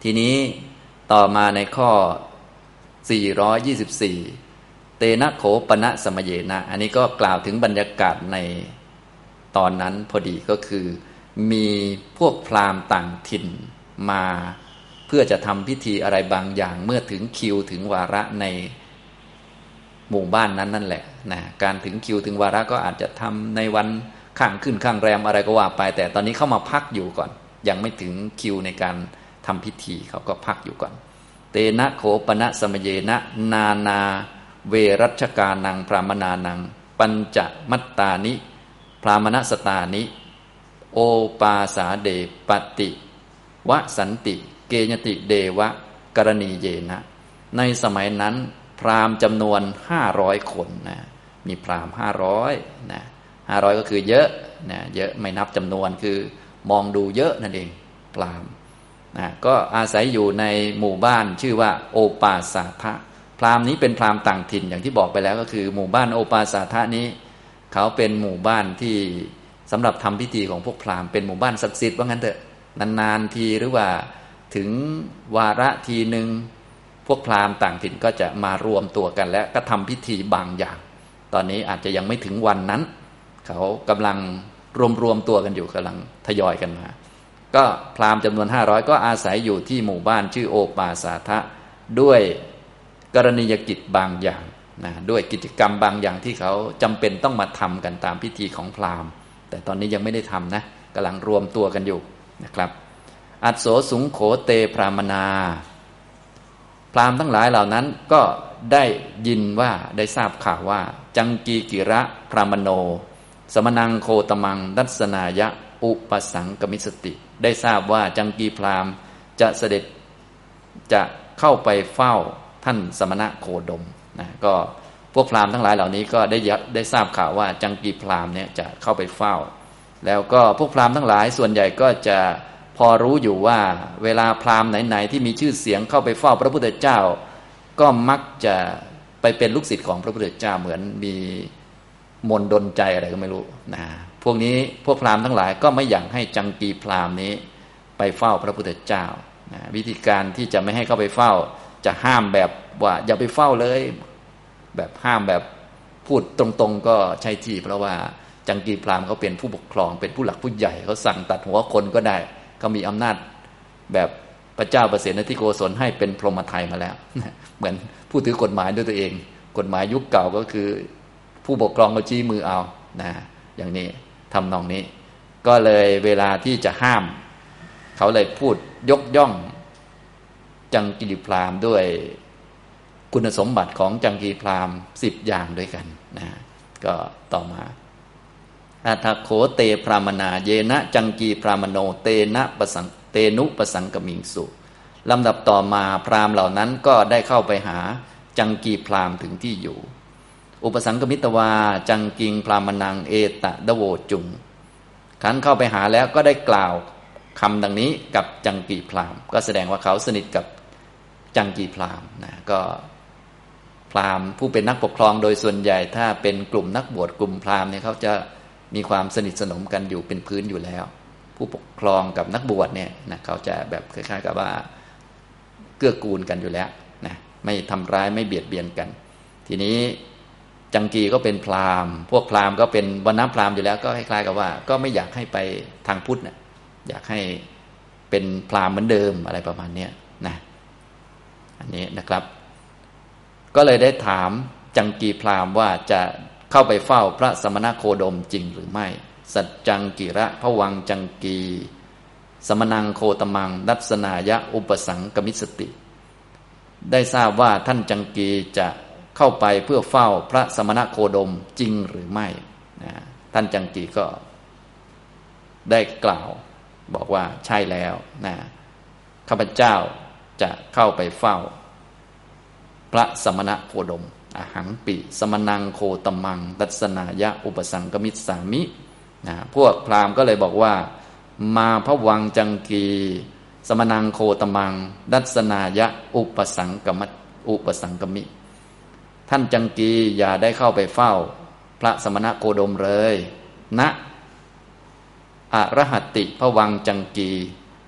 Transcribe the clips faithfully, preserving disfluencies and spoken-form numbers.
ทีนี้ต่อมาในข้อสี่ร้อยยี่สิบสี่เตนะโขปนะสมเยนะอันนี้ก็กล่าวถึงบรรยากาศในตอนนั้นพอดีก็คือมีพวกพราหมณ์ต่างถิ่นมาเพื่อจะทำพิธีอะไรบางอย่างเมื่อถึงคิวถึงวาระในหมู่บ้านนั้นนั่นแหละนะการถึงคิวถึงวาระก็อาจจะทำในวันข้างขึ้นข้างแรมอะไรก็ว่าไปแต่ตอนนี้เข้ามาพักอยู่ก่อนยังไม่ถึงคิวในการทำพิธีเขาก็พักอยู่ก่อนเตนะโขปนะสมเยนะนานาเวรัชกานังพรามนานังปัญจมัตตานิพรามณสตานิโอปาสาเดปติวสันติเกญติเดวะกรณีเยนะในสมัยนั้นพราหมณ์จำนวนห้าร้อยคนนะมีพราหมณ์ห้าร้อยนะห้าร้อยก็คือเยอะนะเยอะไม่นับจำนวนคือมองดูเยอะนั่นเองพราหมณ์นะก็อาศัยอยู่ในหมู่บ้านชื่อว่าโอปาสาทะพราหมณ์นี้เป็นพราหมณ์ต่างถิ่นอย่างที่บอกไปแล้วก็คือหมู่บ้านโอปาสาทะนี้เขาเป็นหมู่บ้านที่สำหรับทำพิธีของพวกพราหมณ์เป็นหมู่บ้านศักดิ์สิทธิ์ว่างั้นเถอะนานๆทีหรือว่าถึงวาระทีหนึ่งพวกพราหมณ์ต่างถิ่นก็จะมารวมตัวกันและก็ทำพิธีบางอย่างตอนนี้อาจจะยังไม่ถึงวันนั้นเขากำลังรวมๆตัวกันอยู่กำลังทยอยกันมาก็พราหมณ์จำนวนห้าร้อยก็อาศัยอยู่ที่หมู่บ้านชื่อโอปาสาทะด้วยกรณียกิจบางอย่างนะด้วยกิจกรรมบางอย่างที่เขาจำเป็นต้องมาทำกันตามพิธีของพราหมณ์แต่ตอนนี้ยังไม่ได้ทำนะกำลังรวมตัวกันอยู่นะครับอัสโสสุงโขเตพรามนาพราหมณ์ทั้งหลายเหล่านั้นก็ได้ยินว่าได้ทราบข่าวว่าจังกีกิระพรามโนสมนังโคตมังดัสนายะอุปสังกมิสติได้ทราบว่าจังกีพราหมณ์จะเสด็จจะเข้าไปเฝ้าท่านสมณะโคดมนะก็พวกพราหมณ์ทั้งหลายเหล่านี้ก็ได้ได้ทราบข่าวว่าจังกีพราหมณ์เนี่ยจะเข้าไปเฝ้าแล้วก็พวกพราหมณ์ทั้งหลายส่วนใหญ่ก็จะพอรู้อยู่ว่าเวลาพราหมณ์ไหนๆที่มีชื่อเสียงเข้าไปเฝ้าพระพุทธเจ้าก็มักจะไปเป็นลูกศิษย์ของพระพุทธเจ้าเหมือนมีมนต์ดลใจอะไรก็ไม่รู้นะพวกนี้พวกพราหมณ์ทั้งหลายก็ไม่อยากให้จังกีพราหมณ์นี้ไปเฝ้าพระพุทธเจ้านะวิธีการที่จะไม่ให้เข้าไปเฝ้าจะห้ามแบบว่าอย่าไปเฝ้าเลยแบบห้ามแบบพูดตรงๆก็ใช่ที่เพราะว่าจังกีพราหมณ์เขาเป็นผู้ปกครองเป็นผู้หลักผู้ใหญ่เขาสั่งตัดหัวคนก็ได้เขามีอำนาจแบบพระเจ้าประเสนทิโกศลให้เป็นพรหมทัยมาแล้วเหมือนผู้ถือกฎหมายด้วยตัวเองกฎหมายยุคเก่าก็คือผู้ปกครองก็ชี้มือเอานะอย่างนี้ทำนองนี้ก็เลยเวลาที่จะห้ามเขาเลยพูดยกย่องจังกีพราหมณ์ด้วยคุณสมบัติของจังกีพราหมณ์สิบอย่างด้วยกันนะก็ต่อมาอัฏฐโขเตพรามนาเยนะจังกีพรามโนเตนะปสังเตนุปสังกมิงสุลำดับต่อมาพราหมณ์เหล่านั้นก็ได้เข้าไปหาจังกีพราหมณ์ถึงที่อยู่อุปสังกมิตวาจังกิงพรามนังเอตะดโวจุงครั้นเข้าไปหาแล้วก็ได้กล่าวคำดังนี้กับจังกีพราหมณ์ก็แสดงว่าเขาสนิทกับจังกีพราหมณ์นะก็พราหมณ์ผู้เป็นนักปกครองโดยส่วนใหญ่ถ้าเป็นกลุ่มนักบวชกลุ่มพราหมณ์เนี่ยเขาจะมีความสนิทสนมกันอยู่เป็นพื้นอยู่แล้วผู้ปกครองกับนักบวชเนี่ยนะเขาจะแบบคล้ายๆกับว่าเกื้อกูลกันอยู่แล้วนะไม่ทำร้ายไม่เบียดเบียนกันทีนี้จังกีก็เป็นพราหมณ์พวกพราหมณ์ก็เป็นวรรณพราหมณ์อยู่แล้วก็คล้ายๆกับว่าก็ไม่อยากให้ไปทางพุทธนะอยากให้เป็นพราหมณ์เหมือนเดิมอะไรประมาณนี้นะอันนี้นะครับก็เลยได้ถามจังกีพราหมณ์ว่าจะเข้าไปเฝ้าพระสมณโคดมจริงหรือไม่สัจจังกิระพวังจังกีสมนังโคตมังดัสนายะอุปสังกมิสติได้ทราบว่าท่านจังกีจะเข้าไปเพื่อเฝ้าพระสมณโคดมจริงหรือไม่นะท่านจังกีก็ได้กล่าวบอกว่าใช่แล้วนะข้าพเจ้าจะเข้าไปเฝ้าพระสมณโคดมอหังปิสมนังโคตมังดัสนายะอุปสังกมิสสามินะพวกพราหมณ์ก็เลยบอกว่ามาพระวังจังกีสมนังโคตมังดัสนายะอุปสังกมัตอุปสังกมิท่านจังกีอย่าได้เข้าไปเฝ้าพระสมณโคดมเลยณอรหัตติพระวังจังกี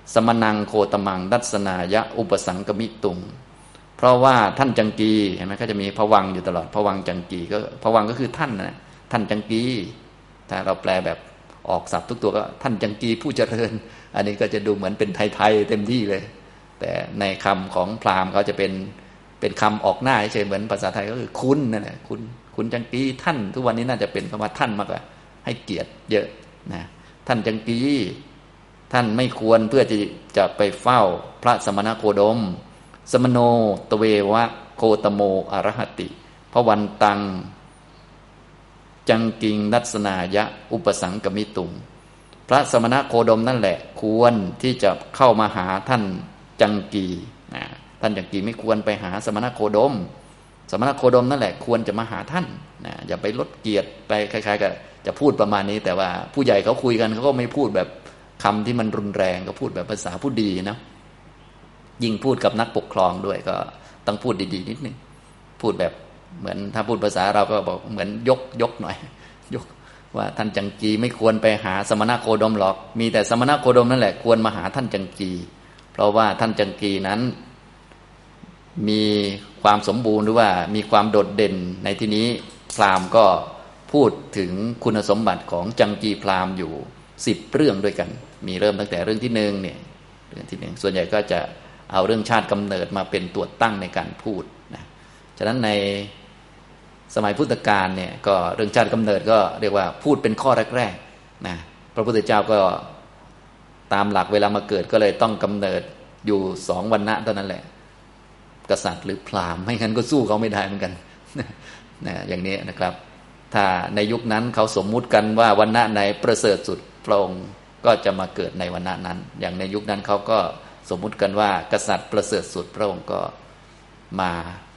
สมนังโคตมังดัสนายะอุปสังกมิตุงเพราะว่าท่านจังกีเห็นไหมก็จะมีภวังค์อยู่ตลอดภวังค์จังกีก็ภวังค์ก็คือท่านนะท่านจังกีถ้าเราแปลแบบออกศัพท์ทุกตัวก็ท่านจังกีผู้เจริญอันนี้ก็จะดูเหมือนเป็นไทยๆเต็มที่เลยแต่ในคำของพราหมณ์เขาจะเป็นเป็นคำออกหน้าเฉยเหมือนภาษาไทยก็คือคุณนั่นแหละคุณคุณจังกีท่านทุกวันนี้น่าจะเป็นคำว่าท่านมากกว่าให้เกียรติเยอะนะท่านจังกีท่านไม่ควรเพื่อจะจะไปเฝ้าพระสมณโคดมสมโนตเววะโคตโมอรหติพระวันตังจังกิงดัสนายะอุปสังกมิตุงพระสมณโคดมนั่นแหละควรที่จะเข้ามาหาท่านจังกีนะท่านจังกีไม่ควรไปหาสมณโคดมสมณโคดมนั่นแหละควรจะมาหาท่านนะอย่าไปลดเกียรติไปคล้ายๆกับจะพูดประมาณนี้แต่ว่าผู้ใหญ่เขาคุยกันเขาก็ไม่พูดแบบคำที่มันรุนแรงก็พูดแบบภาษาผู้ดีนะยิ่งพูดกับนักปกครองด้วยก็ต้องพูดดีๆนิดนึงพูดแบบเหมือนถ้าพูดภาษาเราก็บอกเหมือนยกยกหน่อยยกว่าท่านจังกีไม่ควรไปหาสมณโคดมหรอกมีแต่สมณโคดมนั่นแหละควรมาหาท่านจังกีเพราะว่าท่านจังกีนั้นมีความสมบูรณ์หรือว่ามีความโดดเด่นในที่นี้พราหมณ์ก็พูดถึงคุณสมบัติของจังกีพราหมณ์อยู่สิบเรื่องด้วยกันมีเริ่มตั้งแต่เรื่องที่หนึ่งเนี่ยเรื่องที่หนึ่งส่วนใหญ่ก็จะเอาเรื่องชาติกำเนิดมาเป็นตัวตั้งในการพูดนะฉะนั้นในสมัยพุทธกาลเนี่ยก็เรื่องชาติกำเนิดก็เรียกว่าพูดเป็นข้อแรกๆนะพระพุทธเจ้าก็ตามหลักเวลามาเกิดก็เลยต้องกำเนิดอยู่สองวรรณะเท่านั้นแหละกษัตริย์หรือพราหมณ์ไม่งั้นก็สู้เขาไม่ได้เหมือนกันนะอย่างนี้นะครับถ้าในยุคนั้นเขาสมมุติกันว่าวรรณะไหนประเสริฐสุดพระองค์ก็จะมาเกิดในวรรณะนั้นอย่างในยุคนั้นเขาก็สมมุติกันว่ากษัตริย์ประเสริฐสุดพระองค์ก็มา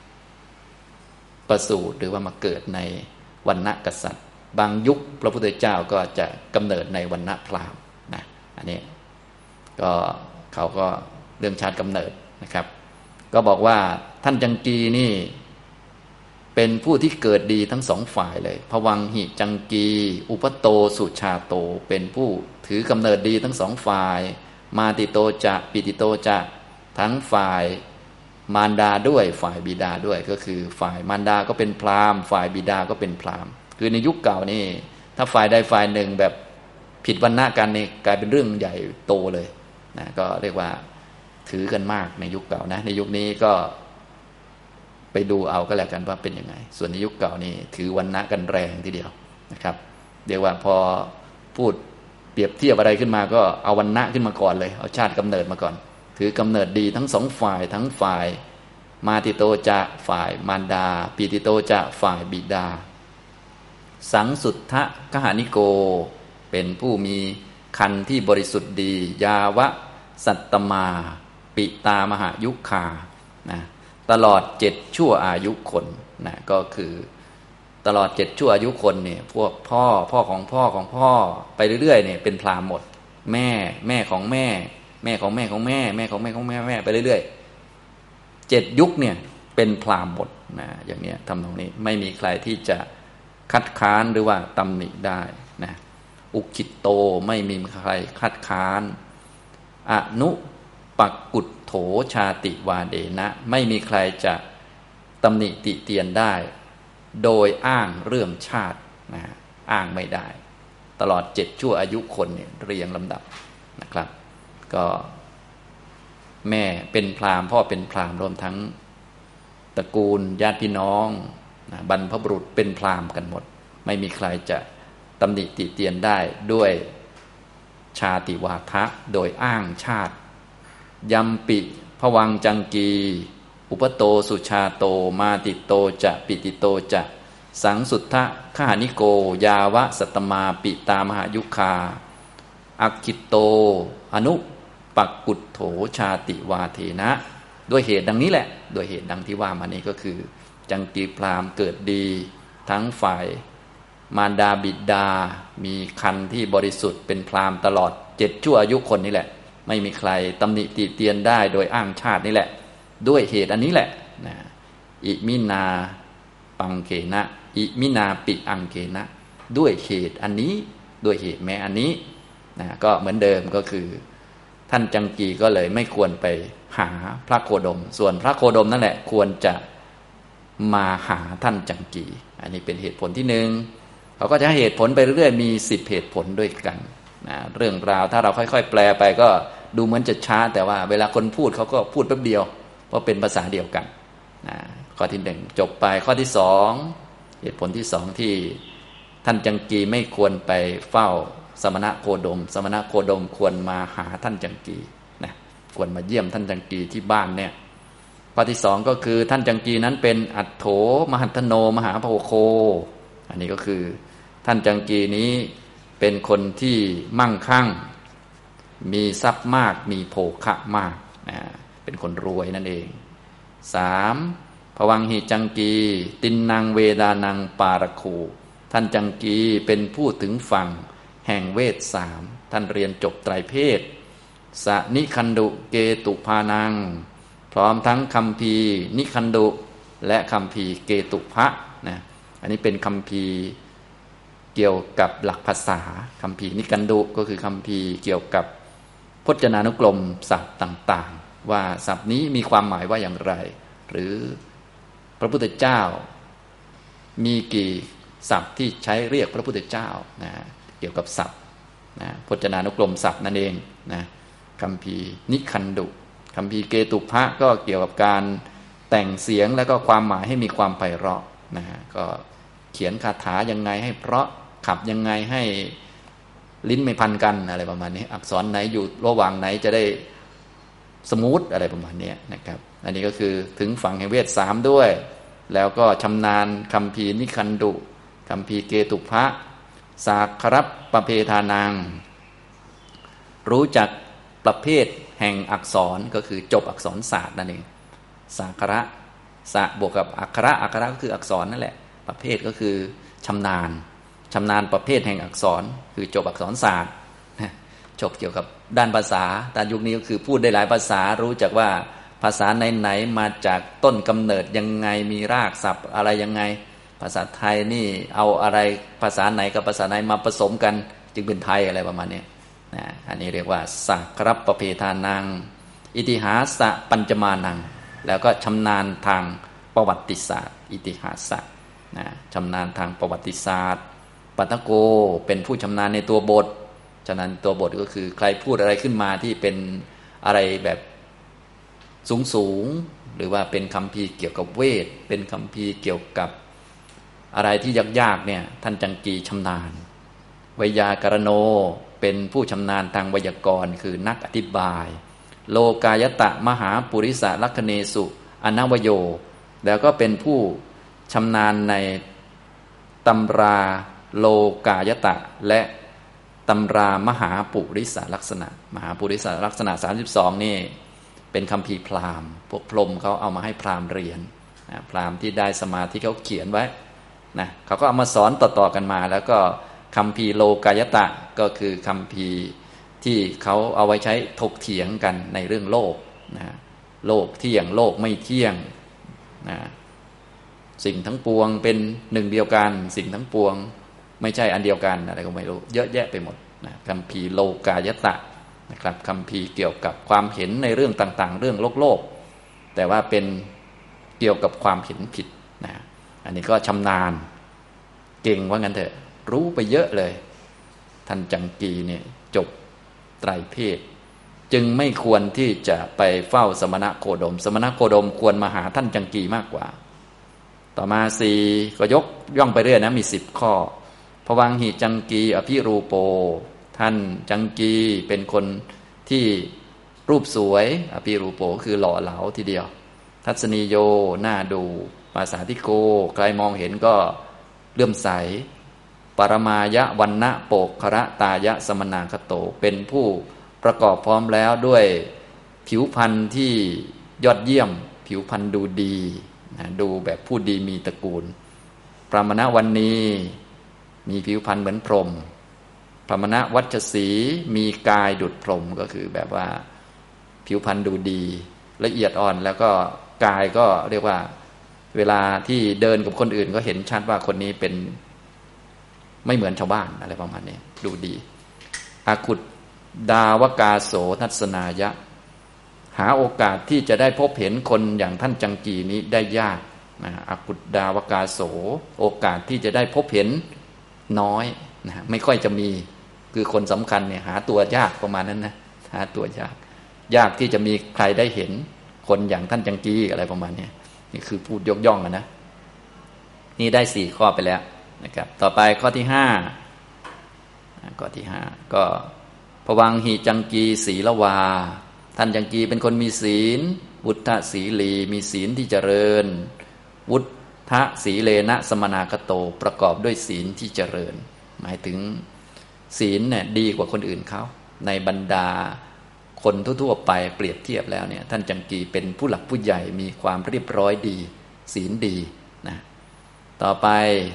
ประสูติหรือว่ามาเกิดในวรรณะกษัตริย์บางยุคพระพุทธเจ้าก็จะกำเนิดในวรรณะพราหมณ์นะอันนี้ก็เขาก็เรื่องชาติกำเนิดนะครับก็บอกว่าท่านจังกีนี่เป็นผู้ที่เกิดดีทั้งสองฝ่ายเลยภวังหิจังกีอุปโตสุชาโตเป็นผู้ถือกำเนิดดีทั้งสองฝ่ายมาติโตจะปิติโตจะทั้งฝ่ายมารดาด้วยฝ่ายบิดาด้วยก็คือฝ่ายมารดาก็เป็นพราหมณ์ฝ่ายบิดาก็เป็นพราหมณ์คือในยุคเก่านี่ถ้าฝ่ายใดฝ่ายหนึ่งแบบผิดวรรณะกันนี่กลายเป็นเรื่องใหญ่โตเลยนะก็เรียกว่าถือกันมากในยุคเก่านะในยุคนี้ก็ไปดูเอาก็แล้วกันว่าเป็นยังไงส่วนในยุคเก่านี่ถือวรรณะกันแรงทีเดียวนะครับเรียกว่าพอพูดเปรียบเทียบอะไรขึ้นมาก็เอาวรรณะขึ้นมาก่อนเลยเอาชาติกำเนิดมาก่อนถือกำเนิดดีทั้งสองฝ่ายทั้งฝ่ายมาติโตจะฝ่ายมารดาปีติโตจะฝ่ายบิดาสังสุทธะกหานิโกเป็นผู้มีคันที่บริสุทธิ์ดียาวะสัตตมาปิตามหายุคานะตลอดเจ็ดชั่วอายุคนนะก็คือตลอดเจ็ดชั่วอายุคนเนี่ยพวกพ่อพ่อของพ่อของพ่อไปเรื่อยๆเนี่ยเป็นพราหมณ์หมดแม่แม่ของแม่แม่ของแม่ของแม่แม่ของแม่ของแม่แม่ไปเรื่อยๆเจ็ดยุคเนี่ยเป็นพราหมณ์หมดนะอย่างนี้ทำตรงนี้ไม่มีใครที่จะคัดค้านหรือว่าตำหนิได้นะอุคิตโตไม่มีใครคัดค้านอนุปักกุฏโถชาติวาเดนะไม่มีใครจะตำหนิติเตียนได้โดยอ้างเรื่องชาตินะอ้างไม่ได้ตลอดเจ็ดชั่วอายุคนเนี่ยเรียงลำดับนะครับก็แม่เป็นพราหมณ์พ่อเป็นพราหมณ์รวมทั้งตระกูลญาติพี่น้องนะบรรพบุรุษเป็นพราหมณ์กันหมดไม่มีใครจะตำหนิติเตียนได้ด้วยชาติวาทะโดยอ้างชาติยัมปิภวังจังกีอุปโตสุชาโตมาติโตจะปิติโตจะสังสุทธะขหานิโกยาวะสัตตมาปิตามหายุคาอักขิโตอนุปักกุฏโถชาติวาเทนะด้วยเหตุดังนี้แหละด้วยเหตุดังที่ว่ามานี้ก็คือจังกีพราหมณ์เกิดดีทั้งฝ่ายมารดาบิดามีคันที่บริสุทธิ์เป็นพราหมณ์ตลอดเจ็ดชั่วอายุคนนี่แหละไม่มีใครตำหนิติเตียนได้โดยอ้างชาตินี่แหละด้วยเหตุอันนี้แหละนะอิมินาปังเกนะอิมินาปิอังเกนะด้วยเหตุอันนี้ด้วยเหตุแม้อันนี้นะก็เหมือนเดิมก็คือท่านจังกีก็เลยไม่ควรไปหาพระโคดมส่วนพระโคดมนั่นแหละควรจะมาหาท่านจังกีอันนี้เป็นเหตุผลที่หนึ่งเขาก็จะให้เหตุผลไปเรื่อยๆมีสิบเหตุผลด้วยกันนะเรื่องราวถ้าเราค่อยๆแปลไปก็ดูเหมือนจะช้าแต่ว่าเวลาคนพูดเขาก็พูดแป๊บเดียวเพราะเป็นภาษาเดียวกันนะข้อที่หนึ่งจบไปข้อที่สองเหตุผลที่สองที่ท่านจังกีไม่ควรไปเฝ้าสมณะโคดมสมณะโคดมควรมาหาท่านจังกีนะควรมาเยี่ยมท่านจังกีที่บ้านเนี่ยข้อที่สองก็คือท่านจังกีนั้นเป็นอัฏโถมหันธโนมหาโพโคอันนี้ก็คือท่านจังกีนี้เป็นคนที่มั่งคั่งมีทรัพย์มากมีโภคะมากนะเป็นคนรวยนั่นเองสามภวังหิจังกีตินนางเวดานังปารคูท่านจังกีเป็นผู้ถึงฝั่งแห่งเวทสามท่านเรียนจบไตรเพศสนิคันดุเกตุพานังพร้อมทั้งคัมภีร์นิคันดุและคัมภีร์เกตุพะนะอันนี้เป็นคัมภีร์เกี่ยวกับหลักภาษาคัมภีร์นิคันดุก็คือคัมภีร์เกี่ยวกับพจนานุกรมศัพท์ต่างๆว่าศัพท์นี้มีความหมายว่าอย่างไรหรือพระพุทธเจ้ามีกี่ศัพท์ที่ใช้เรียกพระพุทธเจ้านะเกี่ยวกับศัพท์นะพจนานุกรมศัพท์นั่นเองนะคัมภีร์นิคันดุคัมภีร์เกตุพะก็เกี่ยวกับการแต่งเสียงแล้วก็ความหมายให้มีความไพเราะนะก็เขียนคาถายังไงให้เพราะขับยังไงให้ลิ้นไม่พันกันอะไรประมาณนี้อักษรไหนอยู่ระหว่างไหนจะได้สมูทอะไรประมาณนี้นะครับอันนี้ก็คือถึงฝั่งแห่งเวทสามด้วยแล้วก็ชำนาญคัมภีร์นิคันดุคัมภีร์เกตุพะสาครับประเพทานังรู้จักประเภทแห่งอักษรก็คือจบอักษรศาสตร์นั่นเองสาคระสะบวกกับอักขระอักขระก็คืออักษรนั่นแหละประเภทก็คือชำนาญชำนาญประเภทแห่งอักษรคือจบอักษรศาสตร์จบเกี่ยวกับด้านภาษาแต่ยุคนี้ก็คือพูดได้หลายภาษารู้จักว่าภาษาไหนๆมาจากต้นกำเนิดยังไงมีรากศัพท์อะไรยังไงภาษาไทยนี่เอาอะไรภาษาไหนกับภาษาไหนมาผสมกันจึงเป็นไทยอะไรประมาณนี้นะอันนี้เรียกว่าสักครับประเพทานังอิติหาสะปัญจมานังแล้วก็ชำนาญทางประวัติศาสตร์อิติหาสะนะชำนาญทางประวัติศาสตร์ปัตโกเป็นผู้ชำนาญในตัวบทฉะนั้นตัวบทก็คือใครพูดอะไรขึ้นมาที่เป็นอะไรแบบสูงๆหรือว่าเป็นคัมภีร์เกี่ยวกับเวทเป็นคัมภีร์เกี่ยวกับอะไรที่ยากๆเนี่ยท่านจังกีชำนาญไวยากรณโนเป็นผู้ชำนาญทางไวยากรณ์คือนักอธิบายโลกายตะมหาปุริสลักขเนสุอนวโยแล้วก็เป็นผู้ชำนาญในตำราโลกายตะและตำรามหาปุริสลักษณะมหาปุริสลักษณะสามสิบสองนี่เป็นคัมภีร์พราหมณ์พวกพรหมเขาเอามาให้พราหมณ์เรียนนะพราหมณ์ที่ได้สมาธิเขาเขียนไว้นะเขาก็เอามาสอนต่อๆกันมาแล้วก็คัมภีร์โลกายตะก็คือคัมภีร์ที่เขาเอาไว้ใช้ถกเถียงกันในเรื่องโลกนะโลกเที่ยงโลกไม่เที่ยงนะสิ่งทั้งปวงเป็นหนึ่งเดียวกันสิ่งทั้งปวงไม่ใช่อันเดียวกันอะไรก็ไม่รู้เยอะแยะไปหมดนะคัมภีร์โลกายตะนะครับคัมภีร์เกี่ยวกับความเห็นในเรื่องต่างๆเรื่องโลกโลกแต่ว่าเป็นเกี่ยวกับความเห็นผิดนะอันนี้ก็ชำนาญเก่งว่างั้นเถอะรู้ไปเยอะเลยท่านจังกีเนี่ยจบไตรเพศจึงไม่ควรที่จะไปเฝ้าสมณะโคดมสมณะโคดมควรมาหาท่านจังกีมากกว่าต่อมาสี่ก็ยกย่องไปเรื่อยนะมีสิบข้อภวังหิจังกีอภิรูโปท่านจังกีเป็นคนที่รูปสวยอภิรูโปคือหล่อเหลาทีเดียวทัศนีโยน่าดูปาสาธิโกใครมองเห็นก็เลื่อมใสปรมายะวันนะโปกคระตายะสมนาคโตเป็นผู้ประกอบพร้อมแล้วด้วยผิวพรรณที่ยอดเยี่ยมผิวพรรณดูดีนะดูแบบผู้ดีมีตระกูลปรามณวันนี้มีผิวพรรณเหมือนพรหมปรามณวัชสีมีกายดุจพรหมก็คือแบบว่าผิวพรรณดูดีละเอียดอ่อนแล้วก็กายก็เรียกว่าเวลาที่เดินกับคนอื่นก็เห็นชัดว่าคนนี้เป็นไม่เหมือนชาวบ้านอะไรประมาณนี้ดูดีอากุฏดาวกาโสทัศนายะหาโอกาสที่จะได้พบเห็นคนอย่างท่านจังกีนี้ได้ยากนะอกุฎดาวกาโสโอกาสที่จะได้พบเห็นน้อยนะไม่ค่อยจะมีคือคนสำคัญเนี่ยหาตัวยากประมาณนั้นนะหาตัวยากยากที่จะมีใครได้เห็นคนอย่างท่านจังกีอะไรประมาณนี้นี่คือพูดยกย่องนะนี่ได้สี่ข้อไปแล้วนะครับต่อไปข้อที่ห้าข้อที่ห้าก็ภวังหิจังกีศีลวาท่านจังกีเป็นคนมีศีลวุฒศีลีมีศีลที่เจริญวุฒศีเลนะสมนาคโตประกอบด้วยศีลที่เจริญหมายถึงศีลเนี่ยดีกว่าคนอื่นเขาในบรรดาคนทั่วๆไปเปรียบเทียบแล้วเนี่ยท่านจังกีเป็นผู้หลักผู้ใหญ่มีความเรียบร้อยดีศีลดีนะต่อไป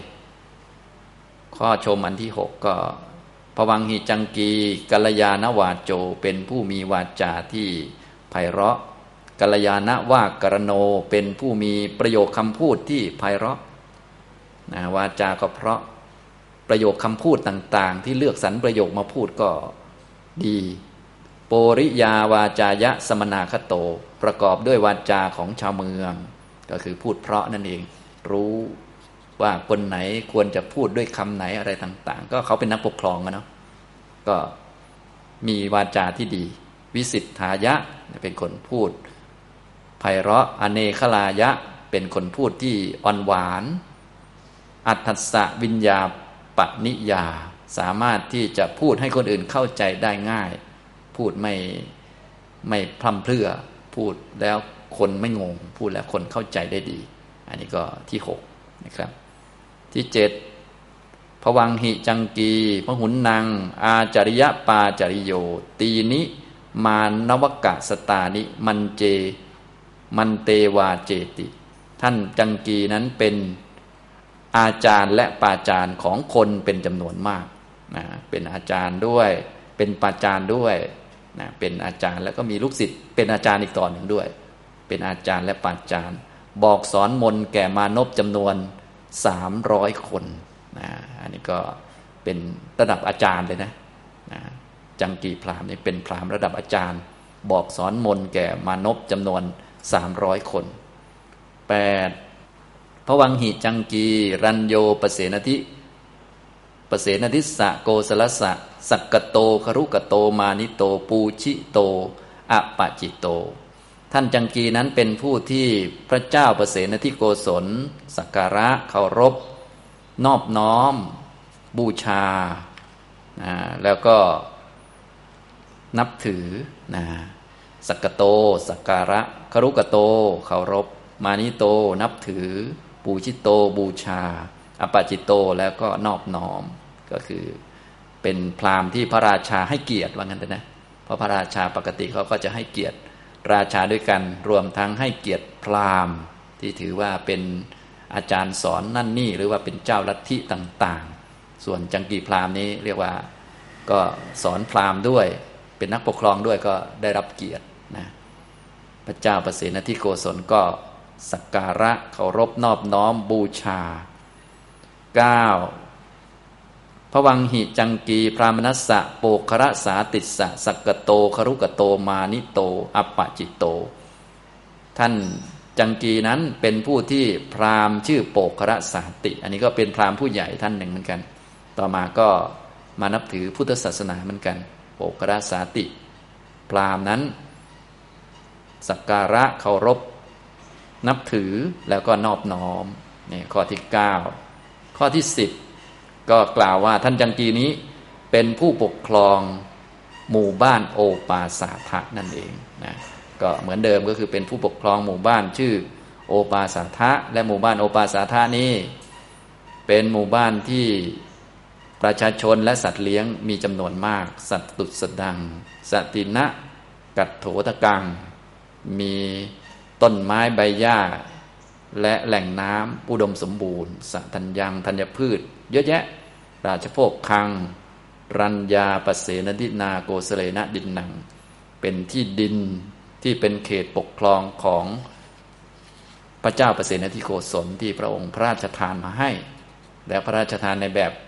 ข้อชมอันที่หกก็ภวังหิจังกีกัลยาณวาโจเป็นผู้มีวาจาที่ไพเราะกัลยาณวากรโนเป็นผู้มีประโยคคำพูดที่ไพเราะนะวาจาก็เพราะประโยคคำพูดต่างๆที่เลือกสรรประโยคมาพูดก็ดีโปริยาวาจายะสมนาคโตประกอบด้วยวาจาของชาวเมืองก็คือพูดเพราะนั่นเองรู้ว่าคนไหนควรจะพูดด้วยคำไหนอะไรต่างๆก็เขาเป็นนักปกครองกันเนาะก็มีวาจาที่ดีวิสิทธายะเป็นคนพูดไพเราะอเนคลายะเป็นคนพูดที่อ่อนหวานอัตถัสสะวิญญาปนิยาสามารถที่จะพูดให้คนอื่นเข้าใจได้ง่ายพูดไม่ไม่พร่ำเพรื่อพูดแล้วคนไม่งงพูดแล้วคนเข้าใจได้ดีอันนี้ก็ที่หกนะครับที่เจ็ดภวังหิจังกีพหุนนางอาจาริยปาจาริโยตีนิมานวกะสตานิมันเจมันเตวาเจติท่านจังกีนั้นเป็นอาจารย์และปาจารย์ของคนเป็นจำนวนมากนะเป็นอาจารย์ด้วยเป็นปาจารย์ด้วยนะเป็นอาจารย์แล้วก็มีลูกศิษย์เป็นอาจารย์อีกต่อหนึ่งด้วยเป็นอาจารย์และปาจารย์บอกสอนมนต์แก่มานพจำนวนสามร้อยคนนะอันนี้ก็เป็นระดับอาจารย์เลยนะนะจังกีพราหมณ์นี่เป็นพราหมณ์ระดับอาจารย์บอกสอนมนต์แก่มานพจำนวนสามร้อยคนแปดภวังหิจังกีรัญโยปเสนทิปเสนทิสะโกสลสะสักกโตครุกโตมานิโตปูชิโตอปะจิโตท่านจังกีนั้นเป็นผู้ที่พระเจ้าปเสนทิโกศลสักการะเคารพนอบน้อมบูชานะแล้วก็นับถือนะสักกโตสักการะครุกโตเคารพมานิโตนับถือปูชิโตบูชาอปะจิโตแล้วก็นอบน้อมก็คือเป็นพราหมณ์ที่พระราชาให้เกียรติว่างั้นนะเพราะพระราชาปกติเขาก็จะให้เกียรติราชาด้วยกันรวมทั้งให้เกียรติพราหมณ์ที่ถือว่าเป็นอาจารย์สอนนั่นนี่หรือว่าเป็นเจ้าลัทธิต่างๆส่วนจังกีพราหมณ์นี้เรียกว่าก็สอนพราหมณ์ด้วยเป็นนักปกครองด้วยก็ได้รับเกียรตินะพระเจ้าปเสนทิโกศลก็สักการะเคารพนอบน้อมบูชาเก้าภวังหิจังกีพรามนัสสะโปคระสาติสสะสักกโตครุกโตมานิโตอปปะจิโตท่านจังกีนั้นเป็นผู้ที่พราหมณ์ชื่อโปคระสาติอันนี้ก็เป็นพราหมณ์ผู้ใหญ่ท่านหนึ่งเหมือนกันต่อมาก็มานับถือพุทธศาสนาเหมือนกันโปคระสาติพราหมณ์นั้นสักการะเคารพนับถือแล้วก็นอบน้อมนี่ข้อที่เก้าข้อที่สิบก็กล่าวว่าท่านจังกีนี้เป็นผู้ปกครองหมู่บ้านโอปาสาทะนั่นเองนะก็เหมือนเดิมก็คือเป็นผู้ปกครองหมู่บ้านชื่อโอปาสาทะและหมู่บ้านโอปาสาทะนี้เป็นหมู่บ้านที่ประชาชนและสัตว์เลี้ยงมีจำนวนมากสัตตุสดังสตินะกัตโถตะกังมีต้นไม้ใบหญ้าและแหล่งน้ำอุดมสมบูรณ์สัตัญญังธัญพืชเยอะแยะราชโภคคังรัญญาปเสนดินาโกสเลนะดินนังเป็นที่ดินที่เป็นเขตปกครองของพระเจ้าปเสนทิโกศลที่พระองค์พระราชทานมาให้และพระราชทานในแบบ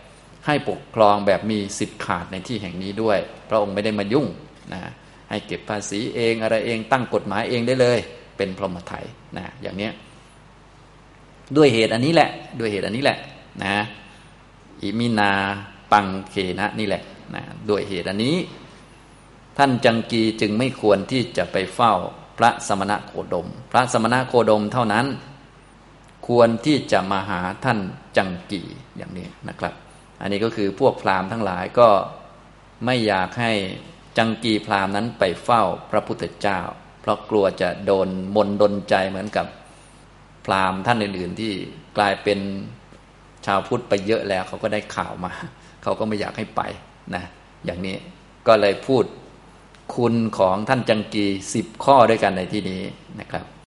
ให้ปกครองแบบมีสิทธิ์ขาดในที่แห่งนี้ด้วยพระองค์ไม่ได้มายุ่งนะให้เก็บภาษีเองอะไรเองตั้งกฎหมายเองได้เลยเป็นพรหมไถยนะอย่างนี้ด้วยเหตุอันนี้แหละด้วยเหตุอันนี้แหละนะอิมินาปังเคนะนี่แหละนะด้วยเหตุอันนี้ท่านจังกีจึงไม่ควรที่จะไปเฝ้าพระสมณโคดมพระสมณโคดมเท่านั้นควรที่จะมาหาท่านจังกีอย่างนี้นะครับอันนี้ก็คือพวกพราหมณ์ทั้งหลายก็ไม่อยากให้จังกีพราหมณ์นั้นไปเฝ้าพระพุทธเจ้าเพราะกลัวจะโดนมนต์ดลใจเหมือนกับพราหมณ์ท่านอื่นๆที่กลายเป็นชาวพุทธไปเยอะแล้วเขาก็ได้ข่าวมาเขาก็ไม่อยากให้ไปนะอย่างนี้ก็เลยพูดคุณของท่านจังกีสิบข้อด้วยกันในที่นี้นะครับ